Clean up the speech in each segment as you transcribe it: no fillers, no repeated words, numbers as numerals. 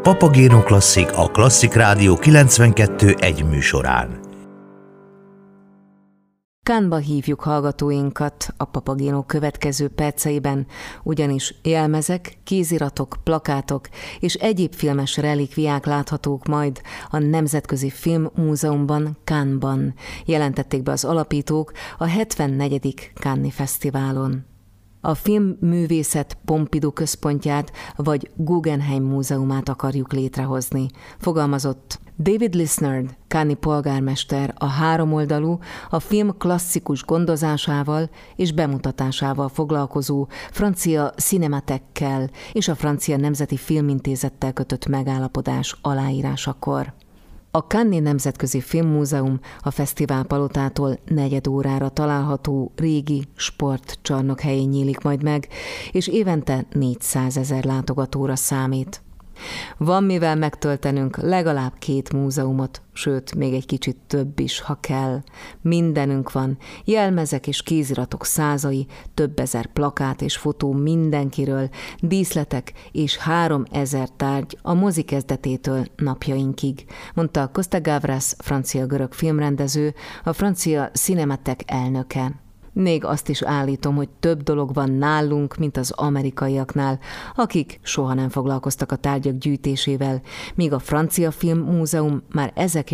Papagéno Klasszik a Klasszik Rádió 92.1 műsorán. Cannesba hívjuk hallgatóinkat a Papagéno következő perceiben, ugyanis jelmezek, kéziratok, plakátok és egyéb filmes relikviák láthatók majd a Nemzetközi Filmmúzeumban, Cannesban, jelentették be az alapítók a 74. Cannes-i Fesztiválon. A filmművészet Pompidou központját vagy Guggenheim múzeumát akarjuk létrehozni, fogalmazott David Lisnard, cannes-i polgármester a háromoldalú, a film klasszikus gondozásával és bemutatásával foglalkozó francia Cinémathèque-kel és a Francia Nemzeti Filmintézettel kötött megállapodás aláírásakor. A Cannes-i Nemzetközi Filmmúzeum a fesztiválpalotától 4 órára található régi sportcsarnok helyén nyílik majd meg, és évente 400 000 látogatóra számít. Van mivel megtöltenünk legalább 2 múzeumot, sőt, még egy kicsit több is, ha kell. Mindenünk van, jelmezek és kéziratok százai, több ezer plakát és fotó mindenkiről, díszletek és 3000 tárgy a mozi kezdetétől napjainkig, mondta Costa Gavras, francia-görög filmrendező, a francia Cinémathèque elnöke. Még azt is állítom, hogy több dolog van nálunk, mint az amerikaiaknál, akik soha nem foglalkoztak a tárgyak gyűjtésével, míg a Francia Filmmúzeum már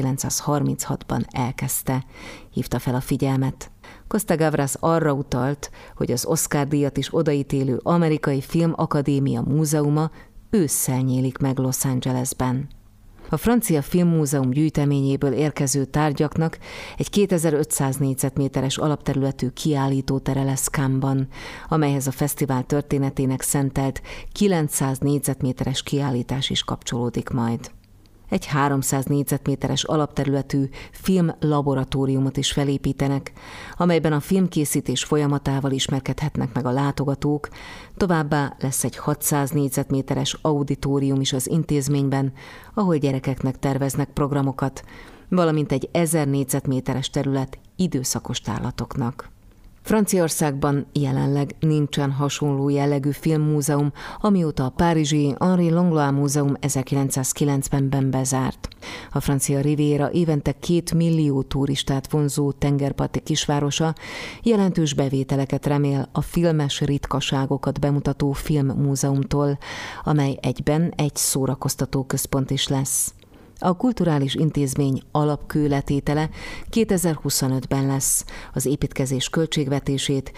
1936-ban elkezdte, hívta fel a figyelmet. Costa Gavras arra utalt, hogy az Oscar-díjat is odaítélő Amerikai Filmakadémia múzeuma ősszel nyílik meg Los Angelesben. A Francia Filmmúzeum gyűjteményéből érkező tárgyaknak egy 2500 négyzetméteres alapterületű kiállítótere lesz Cannesban, amelyhez a fesztivál történetének szentelt 900 négyzetméteres kiállítás is kapcsolódik majd. Egy 300 négyzetméteres alapterületű filmlaboratóriumot is felépítenek, amelyben a filmkészítés folyamatával ismerkedhetnek meg a látogatók, továbbá lesz egy 600 négyzetméteres auditorium is az intézményben, ahol gyerekeknek terveznek programokat, valamint egy 1000 négyzetméteres terület időszakos tárlatoknak. Franciaországban jelenleg nincsen hasonló jellegű filmmúzeum, amióta a párizsi Henri Langlois Múzeum 1990-ben bezárt. A francia Riviera évente 2 millió turistát vonzó tengerparti kisvárosa jelentős bevételeket remél a filmes ritkaságokat bemutató filmmúzeumtól, amely egyben egy szórakoztató központ is lesz. A kulturális intézmény alapkőletétele 2025-ben lesz, az építkezés költségvetését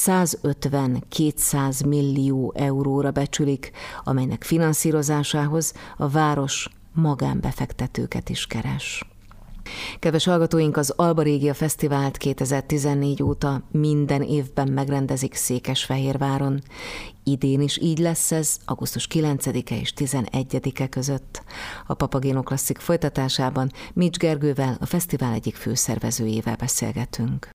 150-200 millió euróra becsülik, amelynek finanszírozásához a város magánbefektetőket is keres. Kedves hallgatóink, az Alba Régia Fesztivált 2014 óta minden évben megrendezik Székesfehérváron. Idén is így lesz ez, augusztus 9-e és 11-e között. A Papagéno Klasszik folytatásában Mics Gergővel, a fesztivál egyik főszervezőjével beszélgetünk.